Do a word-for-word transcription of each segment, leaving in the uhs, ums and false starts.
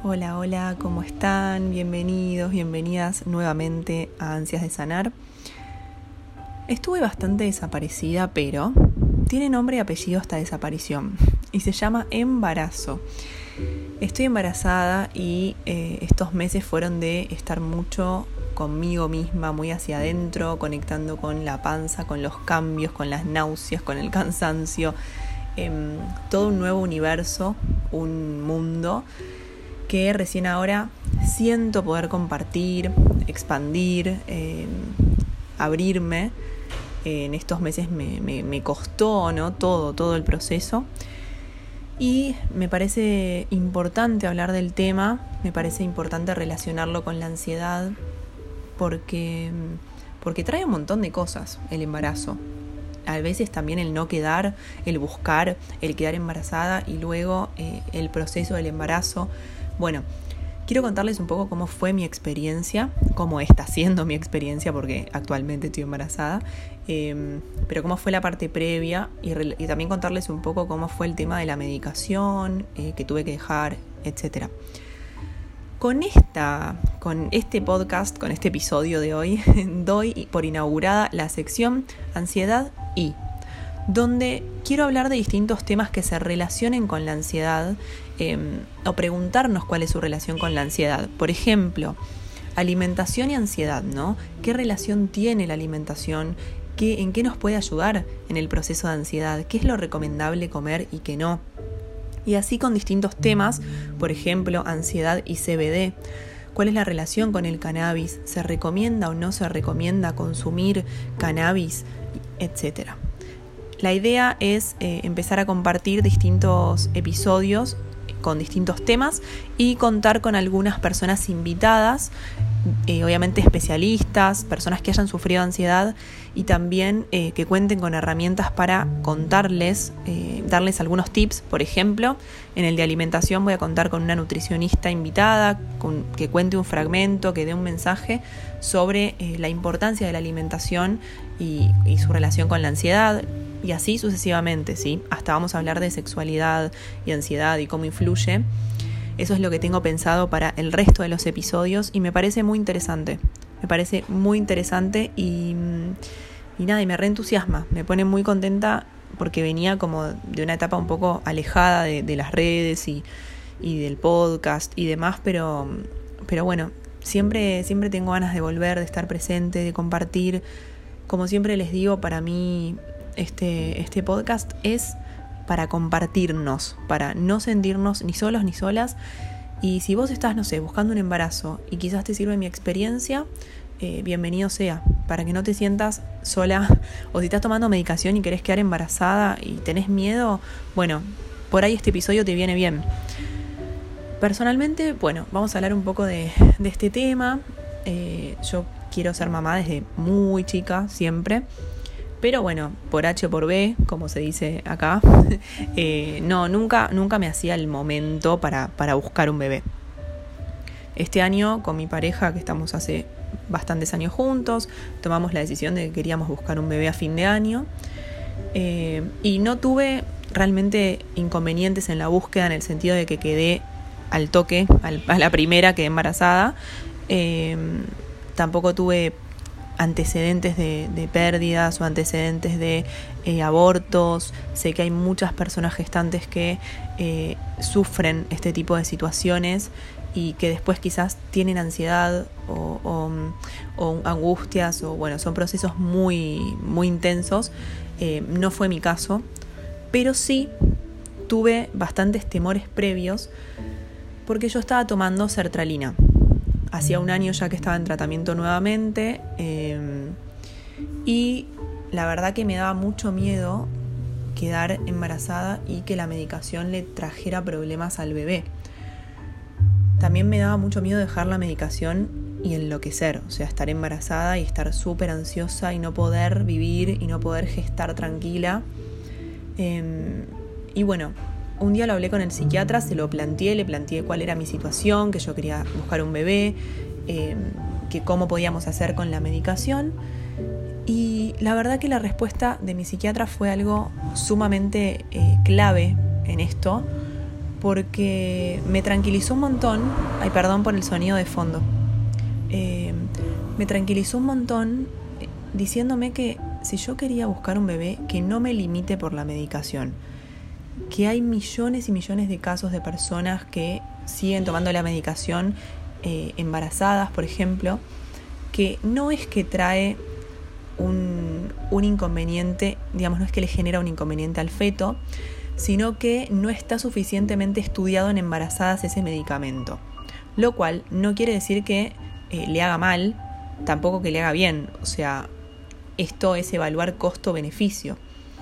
Hola, hola, ¿cómo están? Bienvenidos, bienvenidas nuevamente a Ansias de Sanar. Estuve bastante desaparecida, pero tiene nombre y apellido esta desaparición y se llama embarazo. Estoy embarazada y eh, estos meses fueron de estar mucho conmigo misma, muy hacia adentro, conectando con la panza, con los cambios, con las náuseas, con el cansancio, eh, todo un nuevo universo, un mundo que recién ahora siento poder compartir, expandir, eh, abrirme. Eh, en estos meses me, me, me costó, ¿no? todo, todo el proceso. Y me parece importante hablar del tema, me parece importante relacionarlo con la ansiedad, porque, porque trae un montón de cosas el embarazo. A veces también el no quedar, el buscar, el quedar embarazada y luego eh, el proceso del embarazo. Bueno, quiero contarles un poco cómo fue mi experiencia, cómo está siendo mi experiencia, porque actualmente estoy embarazada, eh, pero cómo fue la parte previa y, y también contarles un poco cómo fue el tema de la medicación eh, que tuve que dejar, etcétera. Con, esta, con este podcast, con este episodio de hoy, doy por inaugurada la sección Ansiedad y, donde quiero hablar de distintos temas que se relacionen con la ansiedad eh, o preguntarnos cuál es su relación con la ansiedad. Por ejemplo, alimentación y ansiedad, ¿no? ¿Qué relación tiene la alimentación? ¿Qué, ¿En qué nos puede ayudar en el proceso de ansiedad? ¿Qué es lo recomendable comer y qué no? Y así con distintos temas, por ejemplo, ansiedad y C B D. ¿Cuál es la relación con el cannabis? ¿Se recomienda o no se recomienda consumir cannabis? Etcétera. La idea es eh, empezar a compartir distintos episodios con distintos temas y contar con algunas personas invitadas, eh, obviamente especialistas, personas que hayan sufrido ansiedad y también eh, que cuenten con herramientas para contarles, eh, darles algunos tips. Por ejemplo, en el de alimentación voy a contar con una nutricionista invitada con, que cuente un fragmento, que dé un mensaje sobre eh, la importancia de la alimentación y, y su relación con la ansiedad. Y así sucesivamente, ¿sí? Hasta vamos a hablar de sexualidad y ansiedad y cómo influye. Eso es lo que tengo pensado para el resto de los episodios y me parece muy interesante. Me parece muy interesante y, y nada, y me reentusiasma. Me pone muy contenta porque venía como de una etapa un poco alejada de, de las redes y, y del podcast y demás, pero, pero bueno, siempre, siempre tengo ganas de volver, de estar presente, de compartir. Como siempre les digo, para mí Este, este podcast es para compartirnos, para no sentirnos ni solos ni solas. Y si vos estás, no sé, buscando un embarazo y quizás te sirve mi experiencia, eh, bienvenido sea, para que no te sientas sola. O si estás tomando medicación y querés quedar embarazada y tenés miedo, bueno, por ahí este episodio te viene bien. Personalmente, bueno, vamos a hablar un poco de, de este tema. Eh, yo quiero ser mamá desde muy chica, siempre. Pero bueno, por H o por B, como se dice acá, eh, no, nunca, nunca me hacía el momento para, para buscar un bebé. Este año, con mi pareja, que estamos hace bastantes años juntos, tomamos la decisión de que queríamos buscar un bebé a fin de año. Eh, y no tuve realmente inconvenientes en la búsqueda, en el sentido de que quedé al toque, al, a la primera quedé embarazada. Eh, tampoco tuve antecedentes de, de pérdidas o antecedentes de eh, abortos. Sé que hay muchas personas gestantes que eh, sufren este tipo de situaciones y que después quizás tienen ansiedad o, o, o angustias o bueno, son procesos muy, muy intensos. Eh, no fue mi caso, pero sí tuve bastantes temores previos porque yo estaba tomando sertralina. Hacía un año ya que estaba en tratamiento nuevamente eh, y la verdad que me daba mucho miedo quedar embarazada y que la medicación le trajera problemas al bebé. También me daba mucho miedo dejar la medicación y enloquecer, o sea, estar embarazada y estar súper ansiosa y no poder vivir y no poder gestar tranquila. Eh, y bueno, un día lo hablé con el psiquiatra, se lo planteé, le planteé cuál era mi situación, que yo quería buscar un bebé, eh, que cómo podíamos hacer con la medicación. Y la verdad que la respuesta de mi psiquiatra fue algo sumamente eh, clave en esto, porque me tranquilizó un montón. Ay, perdón por el sonido de fondo. Eh, me tranquilizó un montón diciéndome que si yo quería buscar un bebé, que no me limite por la medicación. Que hay millones y millones de casos de personas que siguen tomando la medicación eh, embarazadas, por ejemplo, que no es que trae un, un inconveniente, digamos, no es que le genera un inconveniente al feto, sino que no está suficientemente estudiado en embarazadas ese medicamento. Lo cual no quiere decir que eh, le haga mal, tampoco que le haga bien. O sea, esto es evaluar costo-beneficio.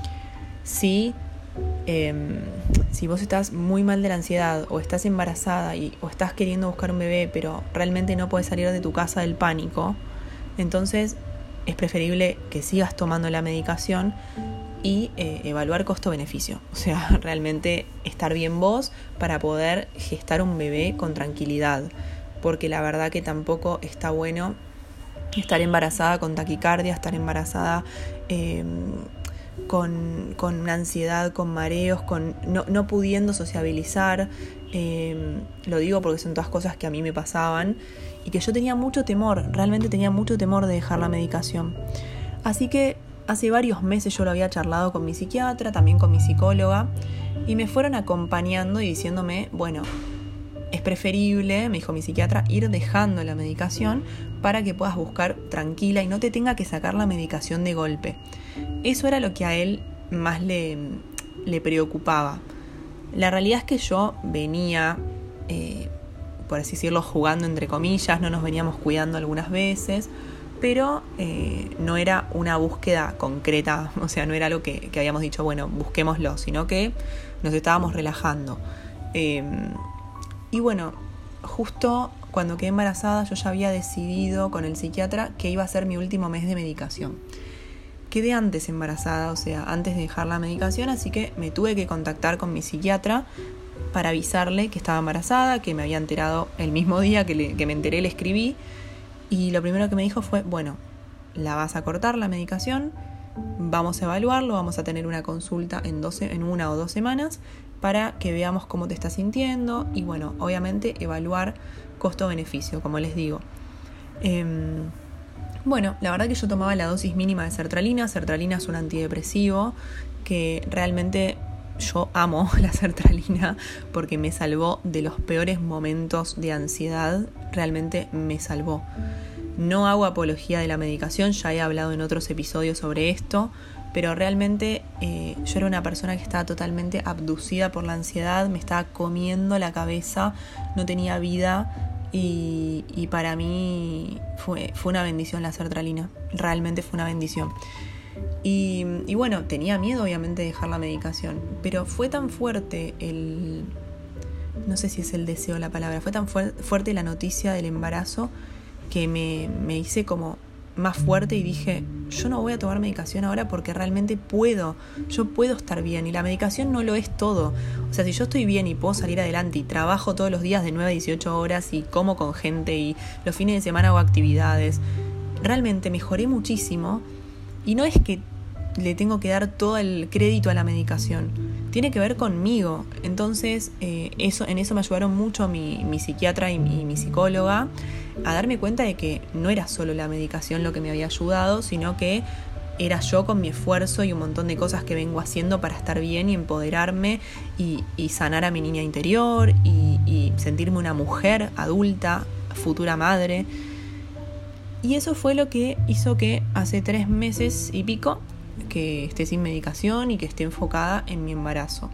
Si, eh, si vos estás muy mal de la ansiedad o estás embarazada y, o estás queriendo buscar un bebé pero realmente no podés salir de tu casa del pánico, entonces es preferible que sigas tomando la medicación y eh, evaluar costo-beneficio. O sea, realmente estar bien vos para poder gestar un bebé con tranquilidad. Porque la verdad que tampoco está bueno estar embarazada con taquicardia, estar embarazada eh, con, con ansiedad, con mareos, con no, no pudiendo sociabilizar. Eh, lo digo porque son todas cosas que a mí me pasaban y que yo tenía mucho temor, realmente tenía mucho temor de dejar la medicación. Así que hace varios meses yo lo había charlado con mi psiquiatra, también con mi psicóloga, y me fueron acompañando y diciéndome, bueno, es preferible, me dijo mi psiquiatra, ir dejando la medicación para que puedas buscar tranquila y no te tenga que sacar la medicación de golpe. Eso era lo que a él más le, le preocupaba. La realidad es que yo venía, eh, por así decirlo, jugando entre comillas, no nos veníamos cuidando algunas veces, pero eh, no era una búsqueda concreta, o sea, no era algo que, que habíamos dicho, bueno, busquémoslo, sino que nos estábamos relajando. Eh, y bueno, justo cuando quedé embarazada yo ya había decidido con el psiquiatra que iba a ser mi último mes de medicación. Quedé antes embarazada, o sea, antes de dejar la medicación, así que me tuve que contactar con mi psiquiatra para avisarle que estaba embarazada, que me había enterado el mismo día que, le, que me enteré, le escribí. Y lo primero que me dijo fue, bueno, la vas a cortar la medicación, vamos a evaluarlo, vamos a tener una consulta en, doce, en una o dos semanas para que veamos cómo te estás sintiendo y bueno, obviamente evaluar costo-beneficio, como les digo. Eh, bueno, la verdad que yo tomaba la dosis mínima de sertralina. Sertralina es un antidepresivo que realmente yo amo la sertralina porque me salvó de los peores momentos de ansiedad, realmente me salvó. No hago apología de la medicación, ya he hablado en otros episodios sobre esto, pero realmente eh, yo era una persona que estaba totalmente abducida por la ansiedad, me estaba comiendo la cabeza, no tenía vida y, y para mí fue, fue una bendición la sertralina, realmente fue una bendición. Y, y bueno, tenía miedo obviamente de dejar la medicación, pero fue tan fuerte el, no sé si es el deseo la palabra, fue tan fuer- fuerte la noticia del embarazo que me, me hice como más fuerte y dije, yo no voy a tomar medicación ahora porque realmente puedo, yo puedo estar bien y la medicación no lo es todo. O sea, si yo estoy bien y puedo salir adelante y trabajo todos los días de nueve a dieciocho horas y como con gente y los fines de semana hago actividades, realmente mejoré muchísimo y no es que le tengo que dar todo el crédito a la medicación, tiene que ver conmigo. Entonces eh, eso, en eso me ayudaron mucho mi, mi psiquiatra y mi, mi psicóloga a darme cuenta de que no era solo la medicación lo que me había ayudado, sino que era yo con mi esfuerzo y un montón de cosas que vengo haciendo para estar bien y empoderarme y, y sanar a mi niña interior y, y sentirme una mujer adulta, futura madre. Y eso fue lo que hizo que hace tres meses y pico que esté sin medicación y que esté enfocada en mi embarazo.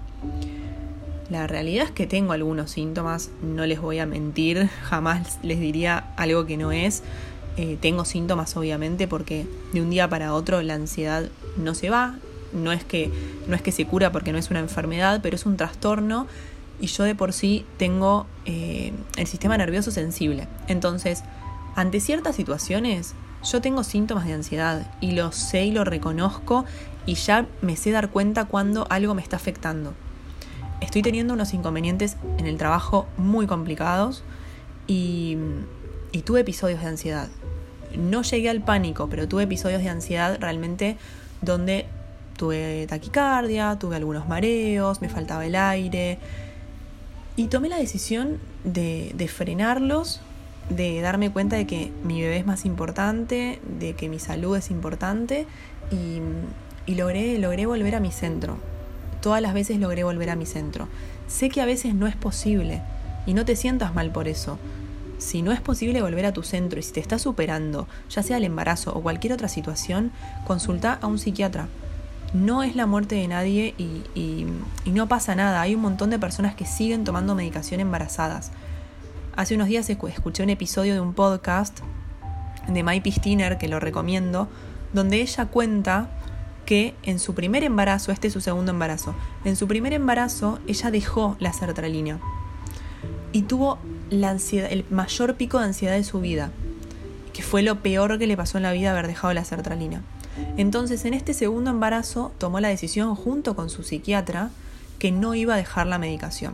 La realidad es que tengo algunos síntomas, no les voy a mentir, jamás les diría algo que no es. Eh, tengo síntomas obviamente porque de un día para otro la ansiedad no se va, no es que, no es que se cura porque no es una enfermedad, pero es un trastorno y yo de por sí tengo eh, el sistema nervioso sensible. Entonces, ante ciertas situaciones yo tengo síntomas de ansiedad y lo sé y lo reconozco y ya me sé dar cuenta cuando algo me está afectando. Estoy teniendo unos inconvenientes en el trabajo muy complicados y, y tuve episodios de ansiedad. No llegué al pánico, pero tuve episodios de ansiedad realmente donde tuve taquicardia, tuve algunos mareos, me faltaba el aire. Y tomé la decisión de, de frenarlos, de darme cuenta de que mi bebé es más importante, de que mi salud es importante y, y logré, logré volver a mi centro. Todas las veces logré volver a mi centro. Sé que a veces no es posible y no te sientas mal por eso. Si no es posible volver a tu centro y si te estás superando, ya sea el embarazo o cualquier otra situación, consulta a un psiquiatra. No es la muerte de nadie y, y, y no pasa nada. Hay un montón de personas que siguen tomando medicación embarazadas. Hace unos días escuché un episodio de un podcast de Mai Pistiner, que lo recomiendo, donde ella cuenta que en su primer embarazo, este es su segundo embarazo, en su primer embarazo ella dejó la sertralina y tuvo la ansiedad, el mayor pico de ansiedad de su vida, que fue lo peor que le pasó en la vida haber dejado la sertralina. Entonces, en este segundo embarazo tomó la decisión junto con su psiquiatra que no iba a dejar la medicación.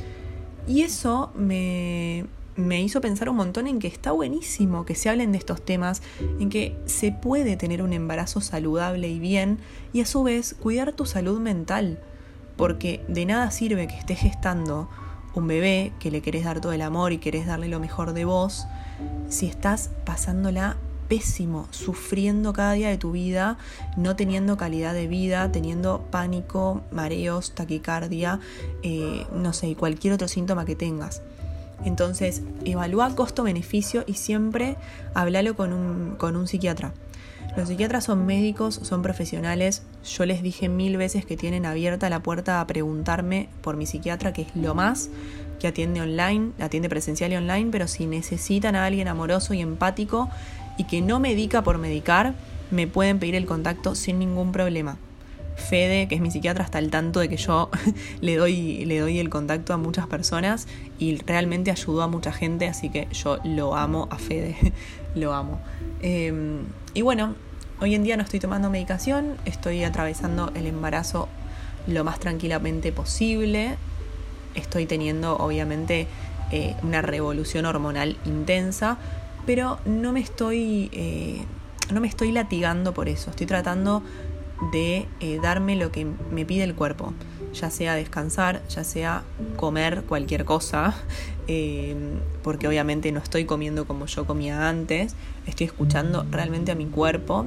Y eso me, me hizo pensar un montón en que está buenísimo que se hablen de estos temas, en que se puede tener un embarazo saludable y bien, y a su vez cuidar tu salud mental, porque de nada sirve que estés gestando un bebé que le querés dar todo el amor y querés darle lo mejor de vos, si estás pasándola pésimo, sufriendo cada día de tu vida, no teniendo calidad de vida, teniendo pánico, mareos, taquicardia, eh, no sé, cualquier otro síntoma que tengas. Entonces, evalúa costo-beneficio y siempre háblalo con un, con un psiquiatra. Los psiquiatras son médicos, son profesionales. Yo les dije mil veces que tienen abierta la puerta a preguntarme por mi psiquiatra, que es lo más, que atiende online, atiende presencial y online, pero si necesitan a alguien amoroso y empático y que no medica por medicar, me pueden pedir el contacto sin ningún problema. Fede, que es mi psiquiatra, está al tanto de que yo le doy, le doy el contacto a muchas personas y realmente ayudó a mucha gente, así que yo lo amo a Fede, lo amo. Eh, y bueno, hoy en día no estoy tomando medicación, estoy atravesando el embarazo lo más tranquilamente posible. Estoy teniendo obviamente eh, una revolución hormonal intensa, pero no me estoy eh, no me estoy latigando por eso. Estoy tratando de eh, darme lo que me pide el cuerpo, ya sea descansar, ya sea comer cualquier cosa, eh, porque obviamente no estoy comiendo como yo comía antes. Estoy escuchando realmente a mi cuerpo.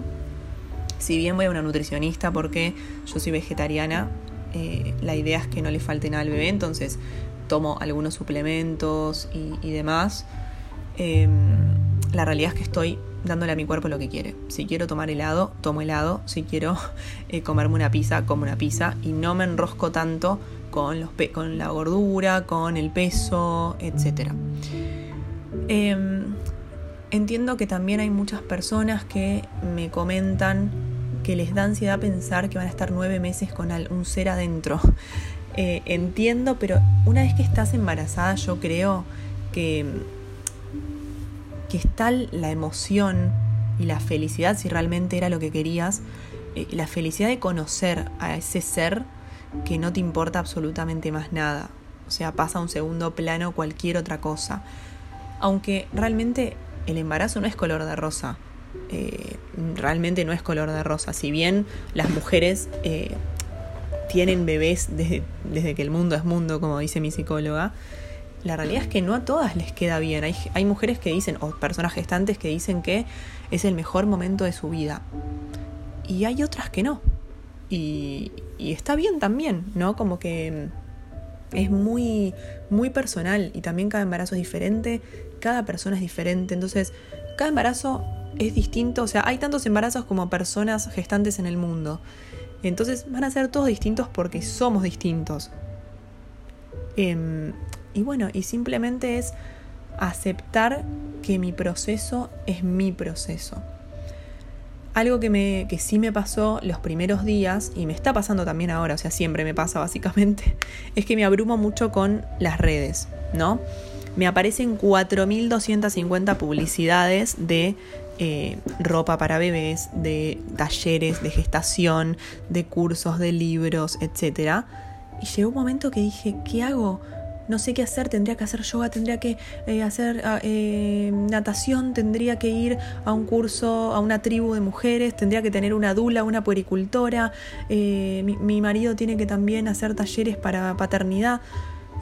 Si bien voy a una nutricionista porque yo soy vegetariana, eh, la idea es que no le falte nada al bebé, entonces tomo algunos suplementos y, y demás. Eh, la realidad es que estoy dándole a mi cuerpo lo que quiere. Si quiero tomar helado, tomo helado. Si quiero eh, comerme una pizza, como una pizza. Y no me enrosco tanto con, los pe- con la gordura, con el peso, etcétera. Eh, entiendo que también hay muchas personas que me comentan que les da ansiedad pensar que van a estar nueve meses con un ser adentro. Eh, entiendo, pero una vez que estás embarazada, yo creo que, que está la emoción y la felicidad, si realmente era lo que querías, eh, la felicidad de conocer a ese ser que no te importa absolutamente más nada. O sea, pasa a un segundo plano cualquier otra cosa. Aunque realmente el embarazo no es color de rosa. Eh, realmente no es color de rosa. Si bien las mujeres eh, tienen bebés desde, desde que el mundo es mundo, como dice mi psicóloga, la realidad es que no a todas les queda bien. Hay, hay mujeres que dicen, o personas gestantes que dicen que es el mejor momento de su vida, y hay otras que no, y, y está bien también, ¿no? Como que es muy, muy personal, y también cada embarazo es diferente, cada persona es diferente, entonces cada embarazo es distinto. O sea, hay tantos embarazos como personas gestantes en el mundo, entonces van a ser todos distintos porque somos distintos. Eh, y bueno, y simplemente es aceptar que mi proceso es mi proceso. Algo que, me, que sí me pasó los primeros días, y me está pasando también ahora, o sea, siempre me pasa básicamente, es que me abrumo mucho con las redes, ¿no? Me aparecen cuatro mil doscientas cincuenta publicidades de eh, ropa para bebés, de talleres de gestación, de cursos, de libros, etcétera. Y llegó un momento que dije, ¿qué hago? No sé qué hacer, tendría que hacer yoga, tendría que eh, hacer eh, natación, tendría que ir a un curso, a una tribu de mujeres, tendría que tener una dula, una puericultora, eh, mi, mi marido tiene que también hacer talleres para paternidad.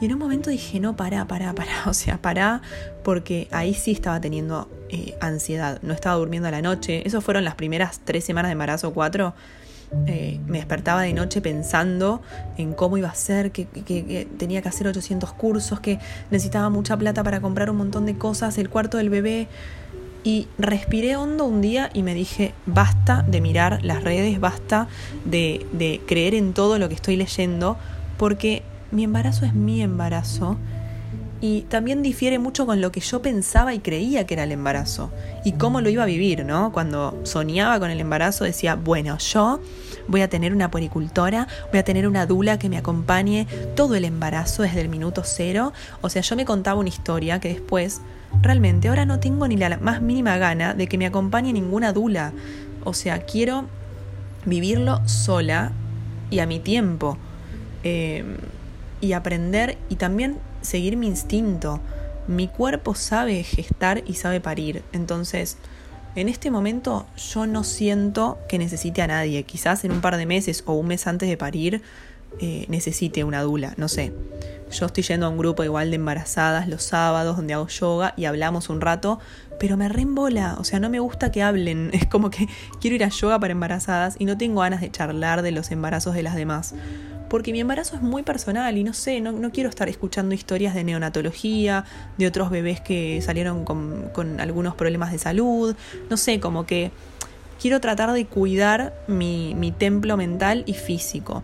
Y en un momento dije, no, pará, pará, pará, o sea, pará, porque ahí sí estaba teniendo eh, ansiedad, no estaba durmiendo a la noche. Esas fueron las primeras tres semanas de embarazo, cuatro. Eh, me despertaba de noche pensando en cómo iba a ser, que, que, que tenía que hacer ochocientos cursos, que necesitaba mucha plata para comprar un montón de cosas, el cuarto del bebé. Y respiré hondo un día y me dije, basta de mirar las redes, basta de, de creer en todo lo que estoy leyendo, porque mi embarazo es mi embarazo y también difiere mucho con lo que yo pensaba y creía que era el embarazo y cómo lo iba a vivir, ¿no? Cuando soñaba con el embarazo decía, bueno, yo voy a tener una puericultora, voy a tener una dula que me acompañe todo el embarazo desde el minuto cero. O sea, yo me contaba una historia que después, realmente, ahora no tengo ni la más mínima gana de que me acompañe ninguna dula. O sea, quiero vivirlo sola y a mi tiempo. Eh, y aprender y también seguir mi instinto. Mi cuerpo sabe gestar y sabe parir. Entonces, en este momento yo no siento que necesite a nadie. Quizás en un par de meses o un mes antes de parir eh, necesite una dula, no sé. Yo estoy yendo a un grupo igual de embarazadas los sábados donde hago yoga y hablamos un rato, pero me reembola, o sea, no me gusta que hablen. Es como que quiero ir a yoga para embarazadas y no tengo ganas de charlar de los embarazos de las demás. Porque mi embarazo es muy personal y no sé, no, no quiero estar escuchando historias de neonatología, de otros bebés que salieron con, con algunos problemas de salud. No sé, como que quiero tratar de cuidar mi, mi templo mental y físico.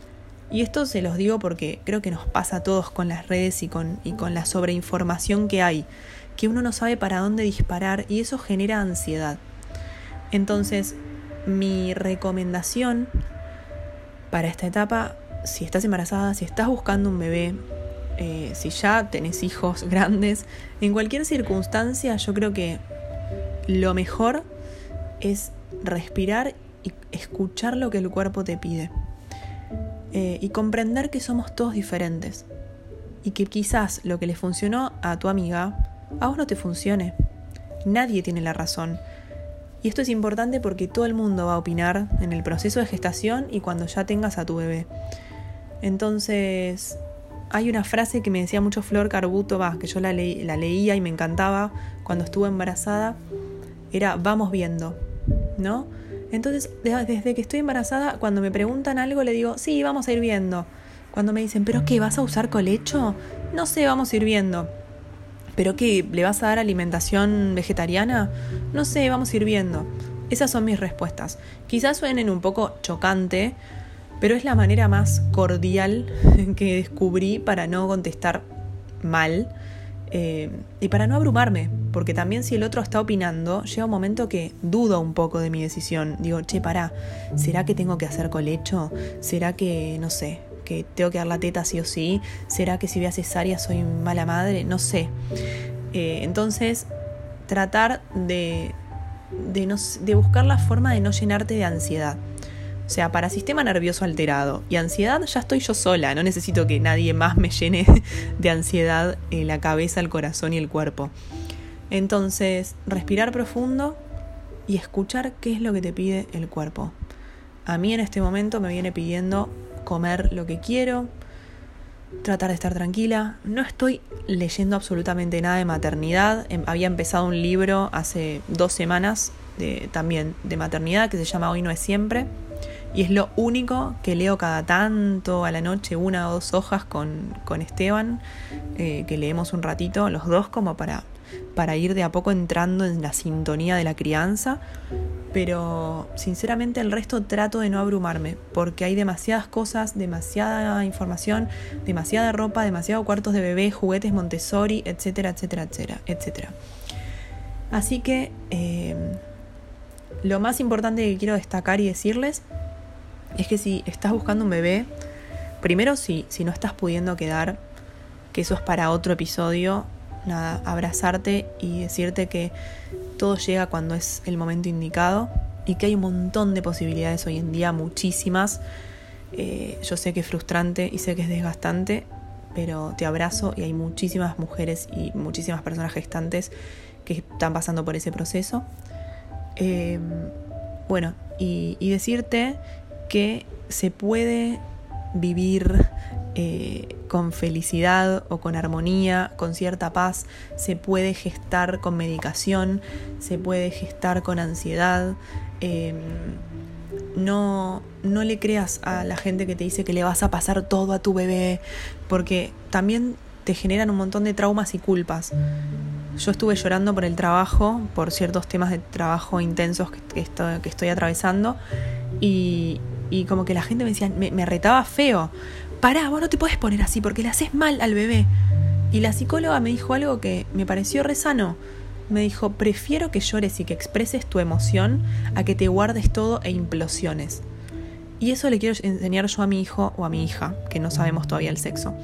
Y esto se los digo porque creo que nos pasa a todos con las redes y con, y con la sobreinformación que hay, que uno no sabe para dónde disparar y eso genera ansiedad. Entonces, mi recomendación para esta etapa, si estás embarazada, si estás buscando un bebé, eh, si ya tenés hijos grandes, en cualquier circunstancia yo creo que lo mejor es respirar y escuchar lo que el cuerpo te pide. Eh, y comprender que somos todos diferentes y que quizás lo que le funcionó a tu amiga, a vos no te funcione. Nadie tiene la razón. Y esto es importante porque todo el mundo va a opinar en el proceso de gestación y cuando ya tengas a tu bebé. Entonces, hay una frase que me decía mucho Flor Carbuto, va, que yo la, leí, la leía y me encantaba cuando estuve embarazada, era vamos viendo, ¿no? Entonces, desde que estoy embarazada, cuando me preguntan algo, le digo, sí, vamos a ir viendo. Cuando me dicen, ¿pero qué, vas a usar colecho? No sé, vamos a ir viendo. ¿Pero qué, le vas a dar alimentación vegetariana? No sé, vamos a ir viendo. Esas son mis respuestas. Quizás suenen un poco chocante, pero es la manera más cordial que descubrí para no contestar mal eh, y para no abrumarme. Porque también si el otro está opinando, llega un momento que dudo un poco de mi decisión. Digo, che, pará, ¿será que tengo que hacer colecho? ¿Será que, no sé, que tengo que dar la teta sí o sí? ¿Será que si voy a cesárea soy mala madre? No sé. Eh, entonces, tratar de, de, no, de buscar la forma de no llenarte de ansiedad. O sea, para sistema nervioso alterado y ansiedad ya estoy yo sola. No necesito que nadie más me llene de ansiedad en la cabeza, el corazón y el cuerpo. Entonces, respirar profundo y escuchar qué es lo que te pide el cuerpo. A mí en este momento me viene pidiendo comer lo que quiero, tratar de estar tranquila. No estoy leyendo absolutamente nada de maternidad. Había empezado un libro hace dos semanas de, también de maternidad que se llama Hoy no es siempre. Y es lo único que leo cada tanto a la noche, una o dos hojas con, con Esteban, eh, que leemos un ratito, los dos, como para, para ir de a poco entrando en la sintonía de la crianza. Pero sinceramente el resto trato de no abrumarme, porque hay demasiadas cosas, demasiada información, demasiada ropa, demasiados cuartos de bebé, juguetes Montessori, etcétera, etcétera, etcétera, etcétera. Así que eh, lo más importante que quiero destacar y decirles es que si estás buscando un bebé, primero si, si no estás pudiendo quedar, que eso es para otro episodio, nada, abrazarte y decirte que todo llega cuando es el momento indicado y que hay un montón de posibilidades hoy en día, muchísimas. Eh, yo sé que es frustrante y sé que es desgastante, pero te abrazo y hay muchísimas mujeres y muchísimas personas gestantes que están pasando por ese proceso. Eh, bueno, y, y decirte que se puede vivir eh, con felicidad o con armonía, con cierta paz, se puede gestar con medicación, se puede gestar con ansiedad. Eh, no, no le creas a la gente que te dice que le vas a pasar todo a tu bebé, porque también te generan un montón de traumas y culpas. Yo estuve llorando por el trabajo, por ciertos temas de trabajo intensos que, que, estoy, que estoy atravesando, y, y como que la gente me decía, me, me retaba feo. Pará, vos no te podés poner así porque le haces mal al bebé. Y la psicóloga me dijo algo que me pareció re sano. Me dijo, prefiero que llores y que expreses tu emoción a que te guardes todo e implosiones. Y eso le quiero enseñar yo a mi hijo o a mi hija, que no sabemos todavía el sexo.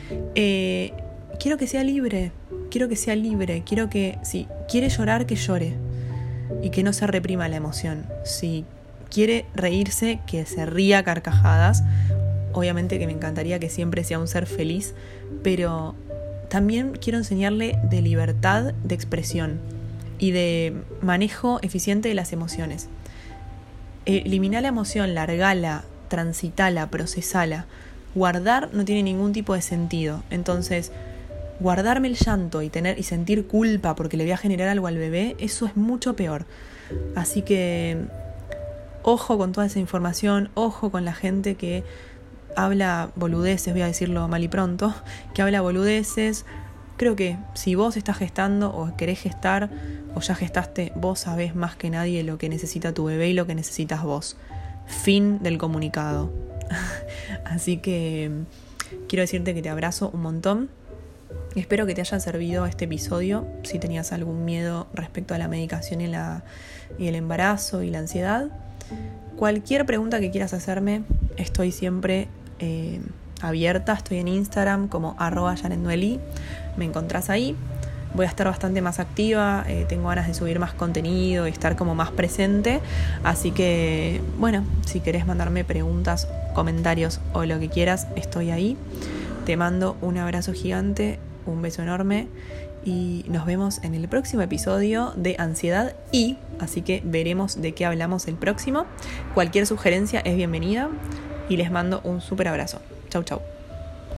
Eh, quiero que sea libre, quiero que sea libre, quiero que, si quiere llorar, que llore y que no se reprima la emoción. Si quiere reírse, que se ría a carcajadas. Obviamente que me encantaría que siempre sea un ser feliz, pero también quiero enseñarle de libertad de expresión y de manejo eficiente de las emociones. Eliminar la emoción, largala, transitala, procesala. Guardar no tiene ningún tipo de sentido. Entonces, guardarme el llanto y tener y sentir culpa porque le voy a generar algo al bebé, eso es mucho peor. Así que ojo con toda esa información, ojo con la gente que habla boludeces, voy a decirlo mal y pronto, que habla boludeces. Creo que si vos estás gestando o querés gestar o ya gestaste, vos sabés más que nadie lo que necesita tu bebé y lo que necesitas vos. Fin del comunicado. Así que quiero decirte que te abrazo un montón. Espero que te haya servido este episodio. Si tenías algún miedo respecto a la medicación y, la, y el embarazo y la ansiedad, cualquier pregunta que quieras hacerme, estoy siempre eh, abierta. Estoy en Instagram como arroba janetnoeli. Me encontrás ahí. Voy a estar bastante más activa, eh, tengo ganas de subir más contenido y estar como más presente. Así que, bueno, si querés mandarme preguntas, comentarios o lo que quieras, estoy ahí. Te mando un abrazo gigante, un beso enorme y nos vemos en el próximo episodio de Ansiedad Y, así que veremos de qué hablamos el próximo. Cualquier sugerencia es bienvenida y les mando un súper abrazo. Chau, chau.